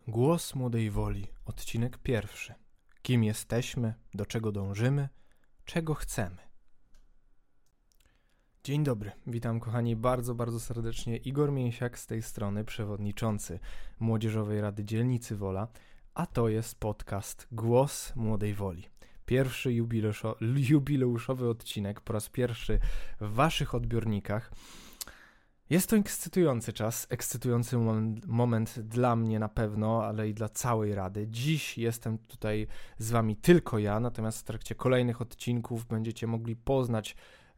Głos Młodej Woli, odcinek 1. Kim jesteśmy, do czego dążymy, czego chcemy. Dzień dobry, witam kochani bardzo serdecznie. Igor Mięsiak z tej strony, przewodniczący Młodzieżowej Rady Dzielnicy Wola, a to jest podcast Głos Młodej Woli. Pierwszy jubileuszowy odcinek, po raz pierwszy w waszych odbiornikach. Jest to ekscytujący czas, ekscytujący moment dla mnie na pewno, ale i dla całej Rady. Dziś jestem tutaj z wami tylko ja, natomiast w trakcie kolejnych odcinków będziecie mogli poznać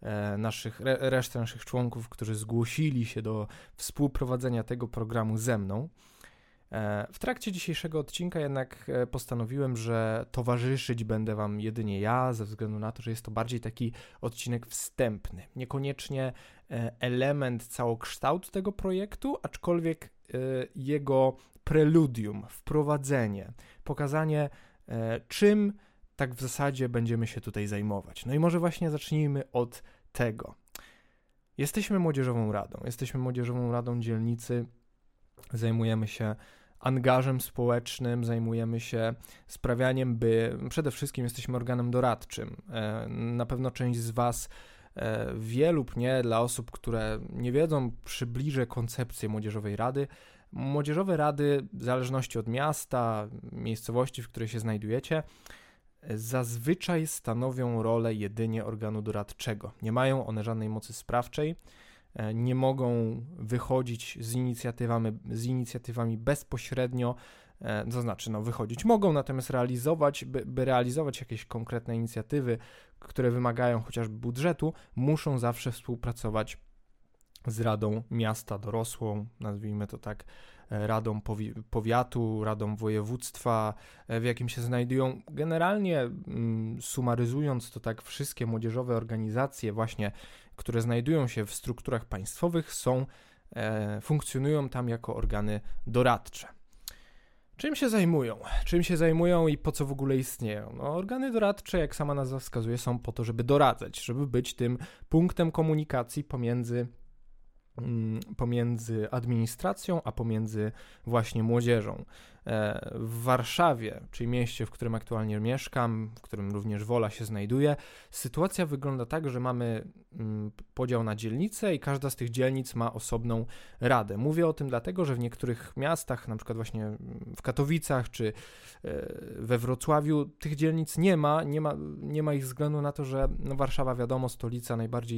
resztę naszych członków, którzy zgłosili się do współprowadzenia tego programu ze mną. W trakcie dzisiejszego odcinka jednak postanowiłem, że towarzyszyć będę wam jedynie ja, ze względu na to, że jest to bardziej taki odcinek wstępny. Niekoniecznie element, całokształt tego projektu, aczkolwiek jego preludium, wprowadzenie, pokazanie, czym tak w zasadzie będziemy się tutaj zajmować. No i może właśnie zacznijmy od tego. Jesteśmy Młodzieżową Radą Dzielnicy, zajmujemy się angażem społecznym, zajmujemy się sprawianiem, przede wszystkim jesteśmy organem doradczym. Na pewno część z was wie lub nie, dla osób, które nie wiedzą, przybliżę koncepcję Młodzieżowej Rady. Młodzieżowe rady, w zależności od miasta, miejscowości, w której się znajdujecie, zazwyczaj stanowią rolę jedynie organu doradczego. Nie mają one żadnej mocy sprawczej, nie mogą wychodzić z inicjatywami bezpośrednio, to znaczy wychodzić mogą, natomiast by realizować jakieś konkretne inicjatywy, które wymagają chociażby budżetu, muszą zawsze współpracować z Radą Miasta dorosłą, nazwijmy to tak, Radą Powiatu, Radą Województwa, w jakim się znajdują. Generalnie sumaryzując to tak, wszystkie młodzieżowe organizacje właśnie, które znajdują się w strukturach państwowych, funkcjonują tam jako organy doradcze. Czym się zajmują i po co w ogóle istnieją? Organy doradcze, jak sama nazwa wskazuje, są po to, żeby doradzać, żeby być tym punktem komunikacji pomiędzy administracją, a pomiędzy właśnie młodzieżą. W Warszawie, czyli mieście, w którym aktualnie mieszkam, w którym również Wola się znajduje, sytuacja wygląda tak, że mamy podział na dzielnice i każda z tych dzielnic ma osobną radę. Mówię o tym dlatego, że w niektórych miastach, na przykład właśnie w Katowicach czy we Wrocławiu, tych dzielnic nie ma ich ze względu na to, że Warszawa, wiadomo, stolica,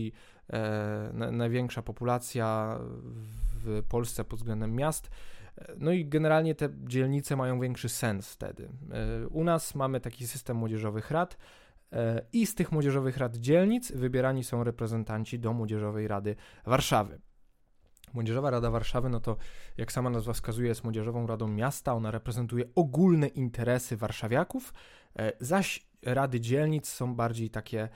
największa populacja w Polsce pod względem miast. No i generalnie te dzielnice mają większy sens wtedy. U nas mamy taki system młodzieżowych rad i z tych młodzieżowych rad dzielnic wybierani są reprezentanci do Młodzieżowej Rady Warszawy. Młodzieżowa Rada Warszawy, no to jak sama nazwa wskazuje, jest Młodzieżową Radą Miasta, ona reprezentuje ogólne interesy warszawiaków, zaś rady dzielnic są bardziej takie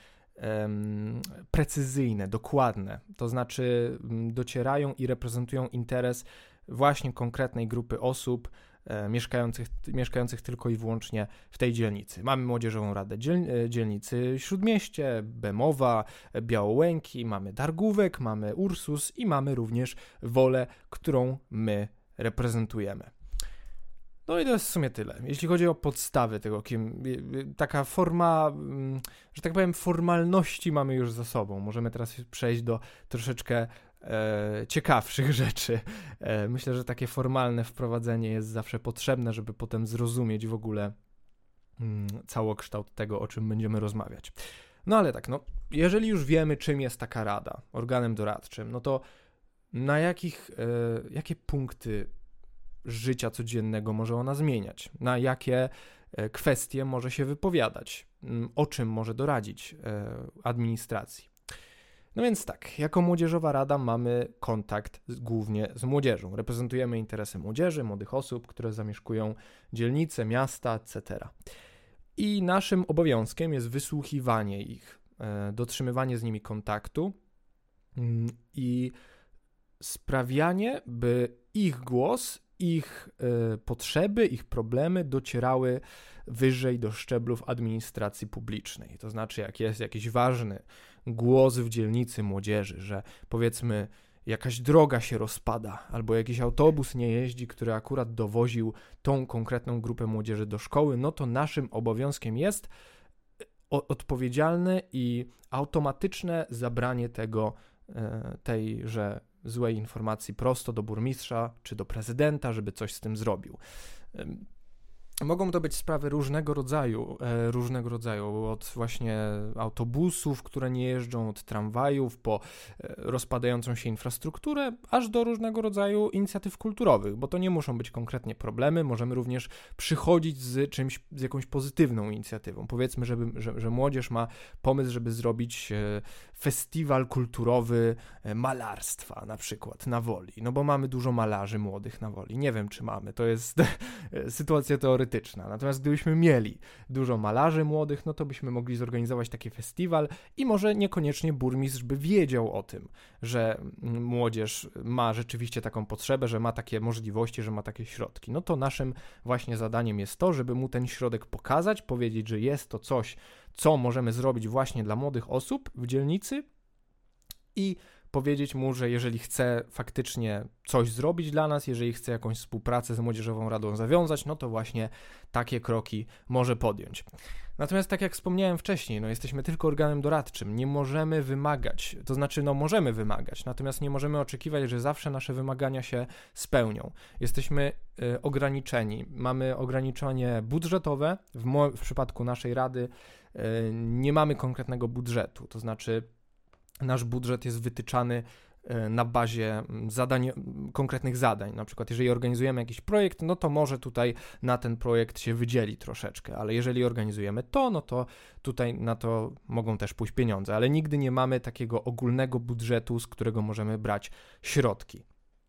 precyzyjne, dokładne, to znaczy docierają i reprezentują interes właśnie konkretnej grupy osób mieszkających tylko i wyłącznie w tej dzielnicy. Mamy Młodzieżową Radę Dzielnicy Śródmieście, Bemowa, Białołęki, mamy Dargówek, mamy Ursus i mamy również Wolę, którą my reprezentujemy. No i to jest w sumie tyle. Jeśli chodzi o podstawy tego, taka forma, że tak powiem, formalności mamy już za sobą. Możemy teraz przejść do troszeczkę ciekawszych rzeczy. Myślę, że takie formalne wprowadzenie jest zawsze potrzebne, żeby potem zrozumieć w ogóle całokształt tego, o czym będziemy rozmawiać. No ale tak, jeżeli już wiemy, czym jest taka rada, organem doradczym, no to na jakie punkty życia codziennego może ona zmieniać, na jakie kwestie może się wypowiadać, o czym może doradzić administracji. No więc tak, jako Młodzieżowa Rada mamy kontakt głównie z młodzieżą. Reprezentujemy interesy młodzieży, młodych osób, które zamieszkują dzielnice, miasta, etc. I naszym obowiązkiem jest wysłuchiwanie ich, dotrzymywanie z nimi kontaktu i sprawianie, by ich głos, ich potrzeby, ich problemy docierały wyżej do szczeblów administracji publicznej. To znaczy, jak jest jakiś ważny głos w dzielnicy młodzieży, że powiedzmy jakaś droga się rozpada, albo jakiś autobus nie jeździ, który akurat dowoził tą konkretną grupę młodzieży do szkoły, no to naszym obowiązkiem jest odpowiedzialne i automatyczne zabranie tejże złej informacji prosto do burmistrza czy do prezydenta, żeby coś z tym zrobił. Mogą to być sprawy różnego rodzaju, od właśnie autobusów, które nie jeżdżą, od tramwajów, po rozpadającą się infrastrukturę, aż do różnego rodzaju inicjatyw kulturowych, bo to nie muszą być konkretnie problemy, możemy również przychodzić z czymś, z jakąś pozytywną inicjatywą. Powiedzmy, że młodzież ma pomysł, żeby zrobić festiwal kulturowy malarstwa na przykład na Woli, no bo mamy dużo malarzy młodych na Woli. Nie wiem, czy mamy, to jest sytuacja teoretyczna. Natomiast gdybyśmy mieli dużo malarzy młodych, no to byśmy mogli zorganizować taki festiwal i może niekoniecznie burmistrz by wiedział o tym, że młodzież ma rzeczywiście taką potrzebę, że ma takie możliwości, że ma takie środki. No to naszym właśnie zadaniem jest to, żeby mu ten środek pokazać, powiedzieć, że jest to coś, co możemy zrobić właśnie dla młodych osób w dzielnicy i powiedzieć mu, że jeżeli chce faktycznie coś zrobić dla nas, jeżeli chce jakąś współpracę z Młodzieżową Radą zawiązać, no to właśnie takie kroki może podjąć. Natomiast tak jak wspomniałem wcześniej, no jesteśmy tylko organem doradczym, nie możemy wymagać, to znaczy możemy wymagać, natomiast nie możemy oczekiwać, że zawsze nasze wymagania się spełnią. Jesteśmy ograniczeni, mamy ograniczenie budżetowe, w przypadku naszej rady nie mamy konkretnego budżetu, to znaczy nasz budżet jest wytyczany na bazie konkretnych zadań. Na przykład jeżeli organizujemy jakiś projekt, no to może tutaj na ten projekt się wydzieli troszeczkę, ale jeżeli organizujemy to, no to tutaj na to mogą też pójść pieniądze, ale nigdy nie mamy takiego ogólnego budżetu, z którego możemy brać środki.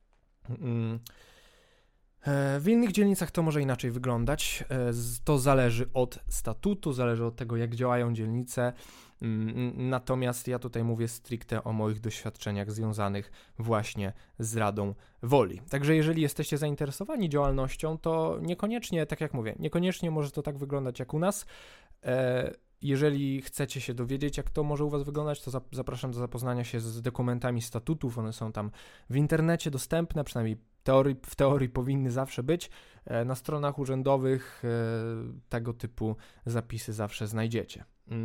W innych dzielnicach to może inaczej wyglądać. To zależy od statutu, zależy od tego, jak działają dzielnice. Natomiast ja tutaj mówię stricte o moich doświadczeniach związanych właśnie z Radą Woli. Także jeżeli jesteście zainteresowani działalnością, to niekoniecznie, tak jak mówię, niekoniecznie może to tak wyglądać jak u nas. Jeżeli chcecie się dowiedzieć, jak to może u was wyglądać, to zapraszam do zapoznania się z dokumentami statutów. One są tam w internecie dostępne, przynajmniej w teorii powinny zawsze być. Na stronach urzędowych tego typu zapisy zawsze znajdziecie.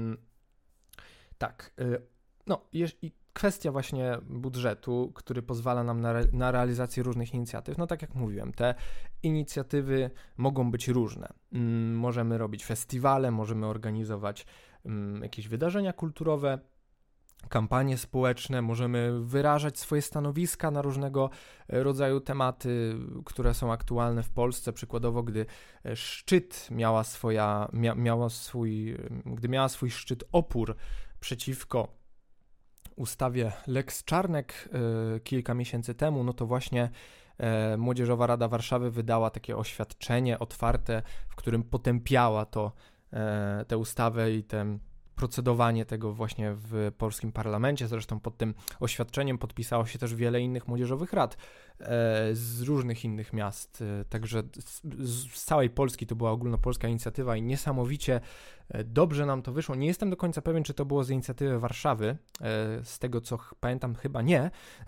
Tak, no i kwestia właśnie budżetu, który pozwala nam na realizację różnych inicjatyw, no tak jak mówiłem, te inicjatywy mogą być różne. Możemy robić festiwale, możemy organizować jakieś wydarzenia kulturowe, kampanie społeczne, możemy wyrażać swoje stanowiska na różnego rodzaju tematy, które są aktualne w Polsce. Przykładowo, gdy szczyt gdy miała swój szczyt opór przeciwko ustawie Lex Czarnek kilka miesięcy temu, no to właśnie Młodzieżowa Rada Warszawy wydała takie oświadczenie otwarte, w którym potępiała tę ustawę i procedowanie tego właśnie w polskim parlamencie. Zresztą pod tym oświadczeniem podpisało się też wiele innych młodzieżowych rad z różnych innych miast. Także z całej Polski to była ogólnopolska inicjatywa i niesamowicie dobrze nam to wyszło. Nie jestem do końca pewien, czy to było z inicjatywy Warszawy. Z tego, co pamiętam, chyba nie.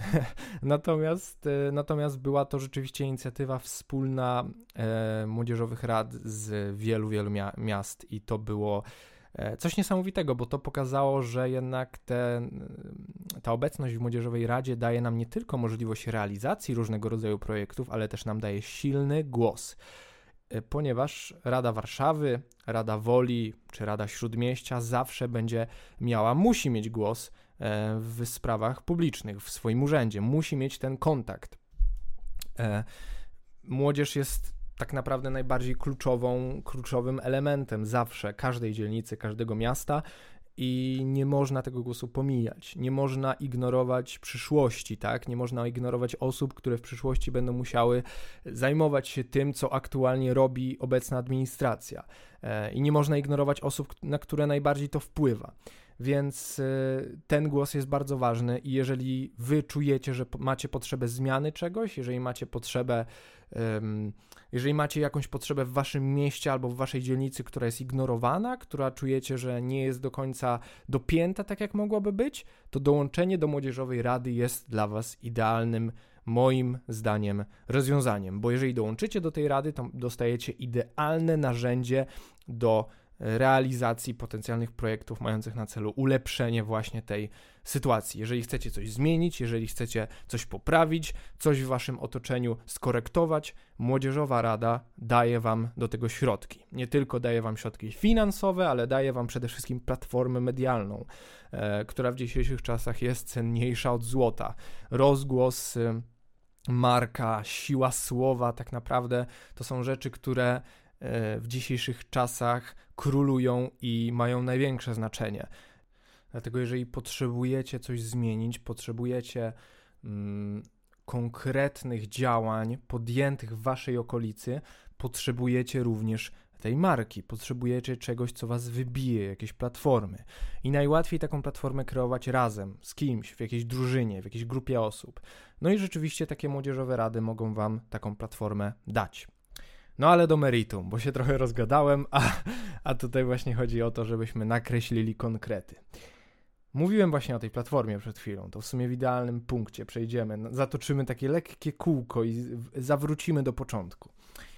Natomiast była to rzeczywiście inicjatywa wspólna młodzieżowych rad z wielu miast i to było coś niesamowitego, bo to pokazało, że jednak ta obecność w Młodzieżowej Radzie daje nam nie tylko możliwość realizacji różnego rodzaju projektów, ale też nam daje silny głos, ponieważ Rada Warszawy, Rada Woli czy Rada Śródmieścia zawsze musi mieć głos w sprawach publicznych, w swoim urzędzie, musi mieć ten kontakt. Młodzież jest tak naprawdę najbardziej kluczowym elementem zawsze każdej dzielnicy, każdego miasta i nie można tego głosu pomijać. Nie można ignorować przyszłości, tak? Nie można ignorować osób, które w przyszłości będą musiały zajmować się tym, co aktualnie robi obecna administracja. I nie można ignorować osób, na które najbardziej to wpływa. Więc ten głos jest bardzo ważny i jeżeli wy czujecie, że macie potrzebę zmiany czegoś, jeżeli macie jakąś potrzebę w waszym mieście albo w waszej dzielnicy, która jest ignorowana, która czujecie, że nie jest do końca dopięta tak, jak mogłaby być, to dołączenie do Młodzieżowej Rady jest dla was idealnym, moim zdaniem, rozwiązaniem, bo jeżeli dołączycie do tej rady, to dostajecie idealne narzędzie do realizacji potencjalnych projektów mających na celu ulepszenie właśnie tej sytuacji. Jeżeli chcecie coś zmienić, jeżeli chcecie coś poprawić, coś w waszym otoczeniu skorektować, Młodzieżowa Rada daje wam do tego środki. Nie tylko daje wam środki finansowe, ale daje wam przede wszystkim platformę medialną, która w dzisiejszych czasach jest cenniejsza od złota. Rozgłos, marka, siła słowa, tak naprawdę to są rzeczy, które w dzisiejszych czasach królują i mają największe znaczenie. Dlatego jeżeli potrzebujecie coś zmienić, potrzebujecie konkretnych działań podjętych w waszej okolicy, potrzebujecie również tej marki, potrzebujecie czegoś, co was wybije, jakiejś platformy. I najłatwiej taką platformę kreować razem, z kimś, w jakiejś drużynie, w jakiejś grupie osób. No i rzeczywiście takie młodzieżowe rady mogą wam taką platformę dać. No ale do meritum, bo się trochę rozgadałem, a tutaj właśnie chodzi o to, żebyśmy nakreślili konkrety. Mówiłem właśnie o tej platformie przed chwilą, to w sumie w idealnym punkcie przejdziemy, zatoczymy takie lekkie kółko i zawrócimy do początku.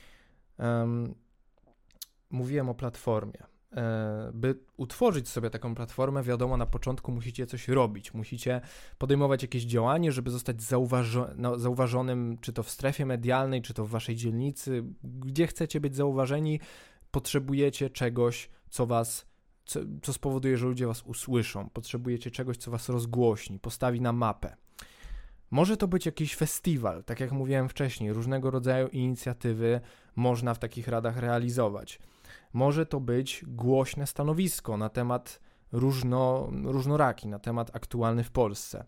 Mówiłem o platformie. By utworzyć sobie taką platformę, wiadomo, na początku musicie coś robić, musicie podejmować jakieś działanie, żeby zostać zauważonym, czy to w strefie medialnej, czy to w waszej dzielnicy, gdzie chcecie być zauważeni, potrzebujecie czegoś, co spowoduje, że ludzie was usłyszą, potrzebujecie czegoś, co was rozgłośni, postawi na mapę. Może to być jakiś festiwal, tak jak mówiłem wcześniej, różnego rodzaju inicjatywy można w takich radach realizować. Może to być głośne stanowisko na temat różnoraki, na temat aktualny w Polsce.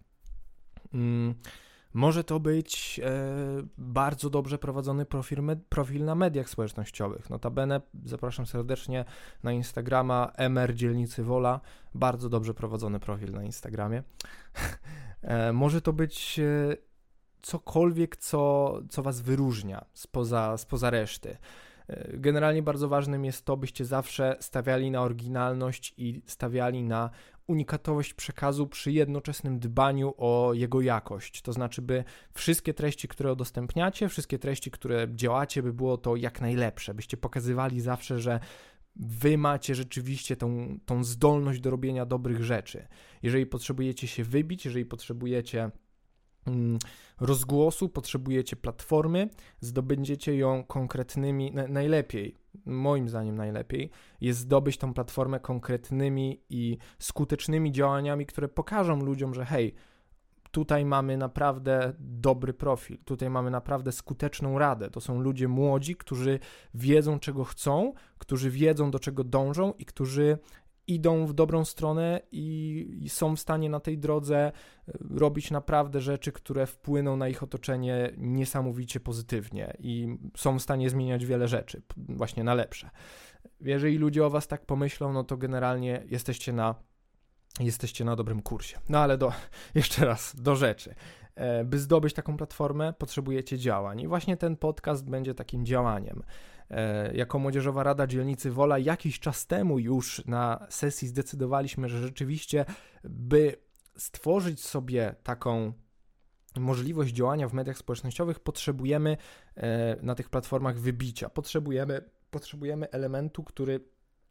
Może to być bardzo dobrze prowadzony profil na mediach społecznościowych. Notabene zapraszam serdecznie na Instagrama MR Dzielnicy Wola. Bardzo dobrze prowadzony profil na Instagramie. Może to być cokolwiek, co was wyróżnia spoza reszty. Generalnie bardzo ważnym jest to, byście zawsze stawiali na oryginalność i stawiali na unikatowość przekazu przy jednoczesnym dbaniu o jego jakość. To znaczy, by wszystkie treści, które udostępniacie, wszystkie treści, które działacie, by było to jak najlepsze. Byście pokazywali zawsze, że wy macie rzeczywiście tą zdolność do robienia dobrych rzeczy. Jeżeli potrzebujecie się wybić, jeżeli potrzebujecie rozgłosu, potrzebujecie platformy, zdobędziecie ją konkretnymi, najlepiej, moim zdaniem najlepiej, jest zdobyć tą platformę konkretnymi i skutecznymi działaniami, które pokażą ludziom, że hej, tutaj mamy naprawdę dobry profil, tutaj mamy naprawdę skuteczną radę. To są ludzie młodzi, którzy wiedzą, czego chcą, którzy wiedzą, do czego dążą i którzy idą w dobrą stronę i są w stanie na tej drodze robić naprawdę rzeczy, które wpłyną na ich otoczenie niesamowicie pozytywnie i są w stanie zmieniać wiele rzeczy, właśnie na lepsze. Jeżeli ludzie o was tak pomyślą, no to generalnie jesteście na dobrym kursie. No ale jeszcze raz, do rzeczy. By zdobyć taką platformę, potrzebujecie działań i właśnie ten podcast będzie takim działaniem. Jako Młodzieżowa Rada Dzielnicy Wola jakiś czas temu już na sesji zdecydowaliśmy, że rzeczywiście, by stworzyć sobie taką możliwość działania w mediach społecznościowych, potrzebujemy na tych platformach wybicia. Potrzebujemy elementu, który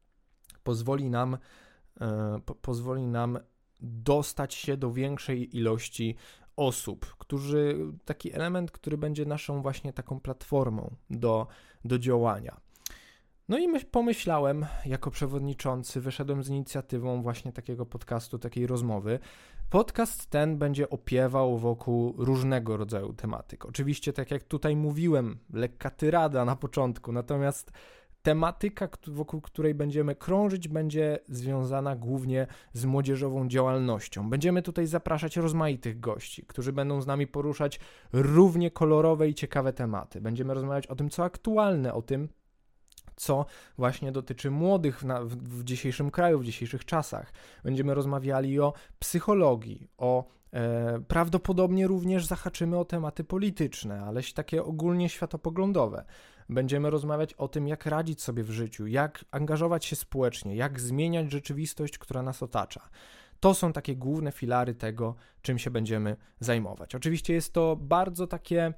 pozwoli nam dostać się do większej ilości osób, taki element, który będzie naszą właśnie taką platformą do działania. No i pomyślałem, jako przewodniczący, wyszedłem z inicjatywą właśnie takiego podcastu, takiej rozmowy. Podcast ten będzie opiewał wokół różnego rodzaju tematyk. Oczywiście, tak jak tutaj mówiłem, lekka tyrada na początku, natomiast tematyka, wokół której będziemy krążyć, będzie związana głównie z młodzieżową działalnością. Będziemy tutaj zapraszać rozmaitych gości, którzy będą z nami poruszać równie kolorowe i ciekawe tematy. Będziemy rozmawiać o tym, co aktualne, o tym, co właśnie dotyczy młodych w dzisiejszym kraju, w dzisiejszych czasach. Będziemy rozmawiali o psychologii, prawdopodobnie również zahaczymy o tematy polityczne, ale takie ogólnie światopoglądowe. Będziemy rozmawiać o tym, jak radzić sobie w życiu, jak angażować się społecznie, jak zmieniać rzeczywistość, która nas otacza. To są takie główne filary tego, czym się będziemy zajmować. Oczywiście jest to bardzo takie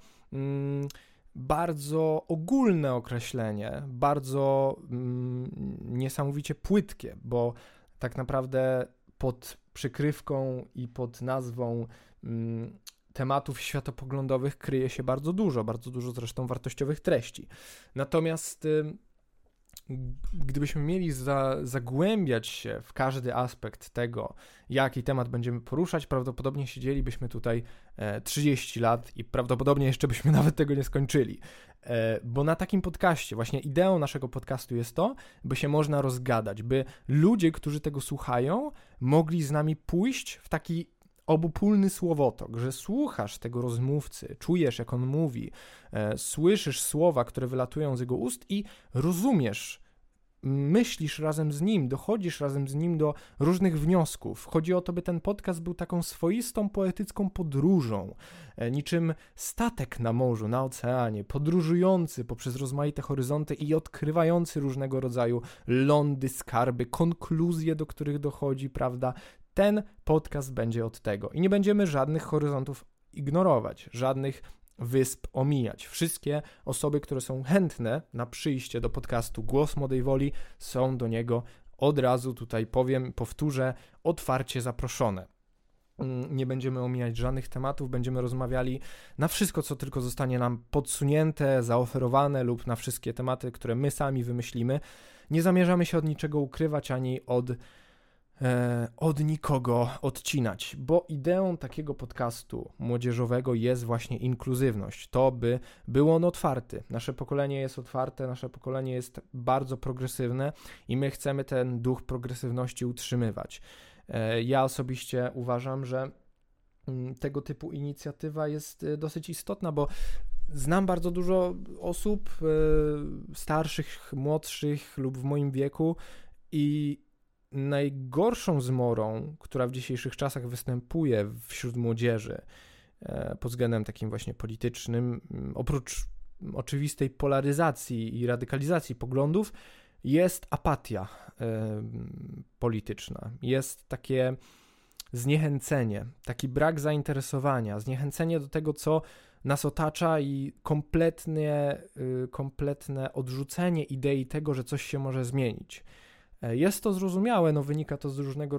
bardzo ogólne określenie, bardzo niesamowicie płytkie, bo tak naprawdę pod przykrywką i pod nazwą tematów światopoglądowych kryje się bardzo dużo zresztą wartościowych treści. Natomiast gdybyśmy mieli zagłębiać się w każdy aspekt tego, jaki temat będziemy poruszać, prawdopodobnie siedzielibyśmy tutaj 30 lat i prawdopodobnie jeszcze byśmy nawet tego nie skończyli. Bo na takim podcaście, właśnie ideą naszego podcastu jest to, by się można rozgadać, by ludzie, którzy tego słuchają, mogli z nami pójść w taki obopólny słowotok, że słuchasz tego rozmówcy, czujesz, jak on mówi, słyszysz słowa, które wylatują z jego ust i rozumiesz, myślisz razem z nim, dochodzisz razem z nim do różnych wniosków. Chodzi o to, by ten podcast był taką swoistą, poetycką podróżą, niczym statek na morzu, na oceanie, podróżujący poprzez rozmaite horyzonty i odkrywający różnego rodzaju lądy, skarby, konkluzje, do których dochodzi, prawda? Ten podcast będzie od tego i nie będziemy żadnych horyzontów ignorować, żadnych wysp omijać. Wszystkie osoby, które są chętne na przyjście do podcastu Głos Młodej Woli, są do niego od razu, tutaj powtórzę, otwarcie zaproszone. Nie będziemy omijać żadnych tematów, będziemy rozmawiali na wszystko, co tylko zostanie nam podsunięte, zaoferowane lub na wszystkie tematy, które my sami wymyślimy. Nie zamierzamy się od niczego ukrywać ani od nikogo odcinać, bo ideą takiego podcastu młodzieżowego jest właśnie inkluzywność, to by był on otwarty. Nasze pokolenie jest otwarte, nasze pokolenie jest bardzo progresywne i my chcemy ten duch progresywności utrzymywać. Ja osobiście uważam, że tego typu inicjatywa jest dosyć istotna, bo znam bardzo dużo osób starszych, młodszych lub w moim wieku i najgorszą zmorą, która w dzisiejszych czasach występuje wśród młodzieży pod względem takim właśnie politycznym, oprócz oczywistej polaryzacji i radykalizacji poglądów, jest apatia polityczna. Jest takie zniechęcenie, taki brak zainteresowania, zniechęcenie do tego, co nas otacza i kompletne odrzucenie idei tego, że coś się może zmienić. Jest to zrozumiałe, wynika to z różnego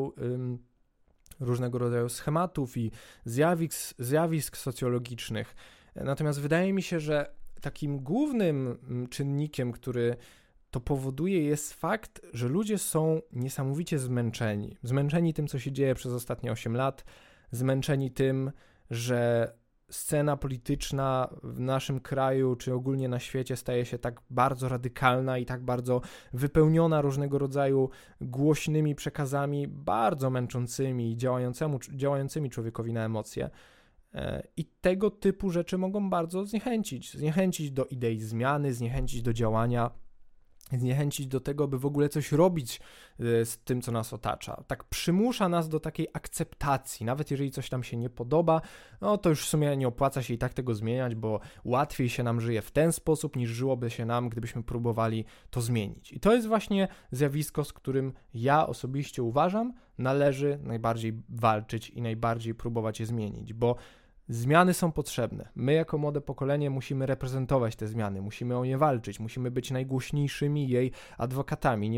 rodzaju schematów i zjawisk socjologicznych. Natomiast wydaje mi się, że takim głównym czynnikiem, który to powoduje, jest fakt, że ludzie są niesamowicie zmęczeni. Zmęczeni tym, co się dzieje przez ostatnie 8 lat, zmęczeni tym, że scena polityczna w naszym kraju, czy ogólnie na świecie staje się tak bardzo radykalna i tak bardzo wypełniona różnego rodzaju głośnymi przekazami, bardzo męczącymi i działającymi człowiekowi na emocje. I tego typu rzeczy mogą bardzo zniechęcić do idei zmiany, zniechęcić do działania, zniechęcić do tego, by w ogóle coś robić z tym, co nas otacza. Tak przymusza nas do takiej akceptacji, nawet jeżeli coś nam się nie podoba, to już w sumie nie opłaca się i tak tego zmieniać, bo łatwiej się nam żyje w ten sposób, niż żyłoby się nam, gdybyśmy próbowali to zmienić. I to jest właśnie zjawisko, z którym ja osobiście uważam, należy najbardziej walczyć i najbardziej próbować je zmienić, bo zmiany są potrzebne. My jako młode pokolenie musimy reprezentować te zmiany, musimy o nie walczyć, musimy być najgłośniejszymi jej adwokatami.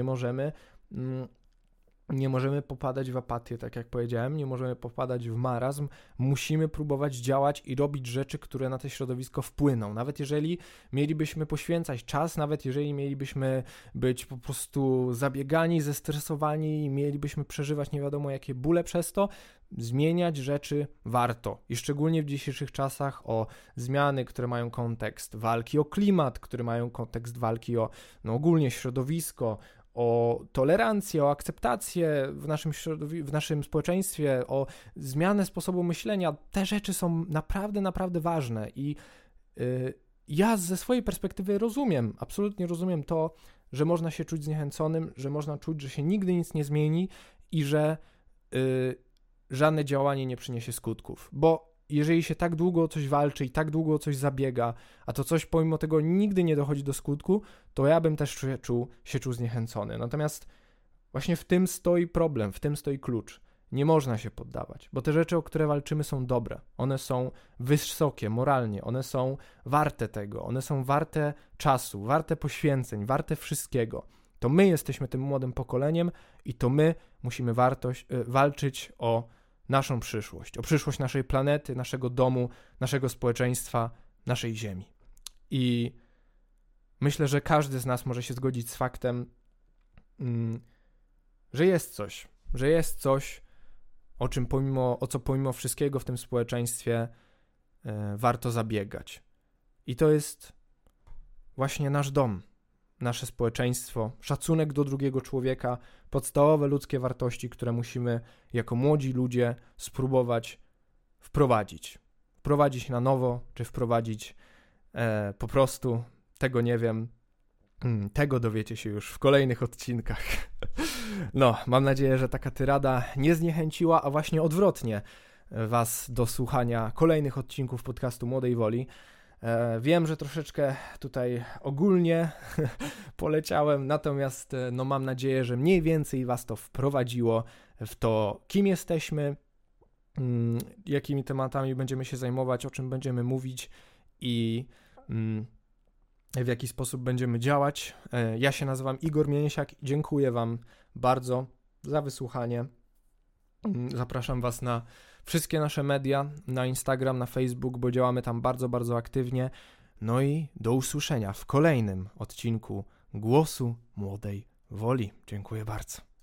Nie możemy popadać w apatię, tak jak powiedziałem, nie możemy popadać w marazm, musimy próbować działać i robić rzeczy, które na to środowisko wpłyną. Nawet jeżeli mielibyśmy poświęcać czas, nawet jeżeli mielibyśmy być po prostu zabiegani, zestresowani i mielibyśmy przeżywać nie wiadomo jakie bóle przez to, zmieniać rzeczy warto. I szczególnie w dzisiejszych czasach o zmiany, które mają kontekst walki o klimat, które mają kontekst walki o ogólnie środowisko, o tolerancję, o akceptację w naszym społeczeństwie, o zmianę sposobu myślenia. Te rzeczy są naprawdę, naprawdę ważne i ja ze swojej perspektywy rozumiem, absolutnie rozumiem to, że można się czuć zniechęconym, że można czuć, że się nigdy nic nie zmieni i że żadne działanie nie przyniesie skutków, bo jeżeli się tak długo o coś walczy i tak długo o coś zabiega, a to coś pomimo tego nigdy nie dochodzi do skutku, to ja bym też się czuł zniechęcony. Natomiast właśnie w tym stoi problem, w tym stoi klucz. Nie można się poddawać, bo te rzeczy, o które walczymy, są dobre. One są wysokie moralnie, one są warte tego, one są warte czasu, warte poświęceń, warte wszystkiego. To my jesteśmy tym młodym pokoleniem i to my musimy walczyć o naszą przyszłość, o przyszłość naszej planety, naszego domu, naszego społeczeństwa, naszej ziemi. I myślę, że każdy z nas może się zgodzić z faktem, że jest coś, o co pomimo wszystkiego w tym społeczeństwie warto zabiegać. I to jest właśnie nasz dom, nasze społeczeństwo, szacunek do drugiego człowieka, podstawowe ludzkie wartości, które musimy jako młodzi ludzie spróbować wprowadzić. Wprowadzić na nowo, czy wprowadzić po prostu, tego nie wiem, tego dowiecie się już w kolejnych odcinkach. No, mam nadzieję, że taka tyrada nie zniechęciła, a właśnie odwrotnie was do słuchania kolejnych odcinków podcastu Młodej Woli. Wiem, że troszeczkę tutaj ogólnie poleciałem, natomiast no, mam nadzieję, że mniej więcej was to wprowadziło w to, kim jesteśmy, jakimi tematami będziemy się zajmować, o czym będziemy mówić i w jaki sposób będziemy działać. Ja się nazywam Igor Mięsiak. Dziękuję wam bardzo za wysłuchanie. Zapraszam was na wszystkie nasze media, na Instagram, na Facebook, bo działamy tam bardzo, bardzo aktywnie. No i do usłyszenia w kolejnym odcinku Głosu Młodej Woli. Dziękuję bardzo.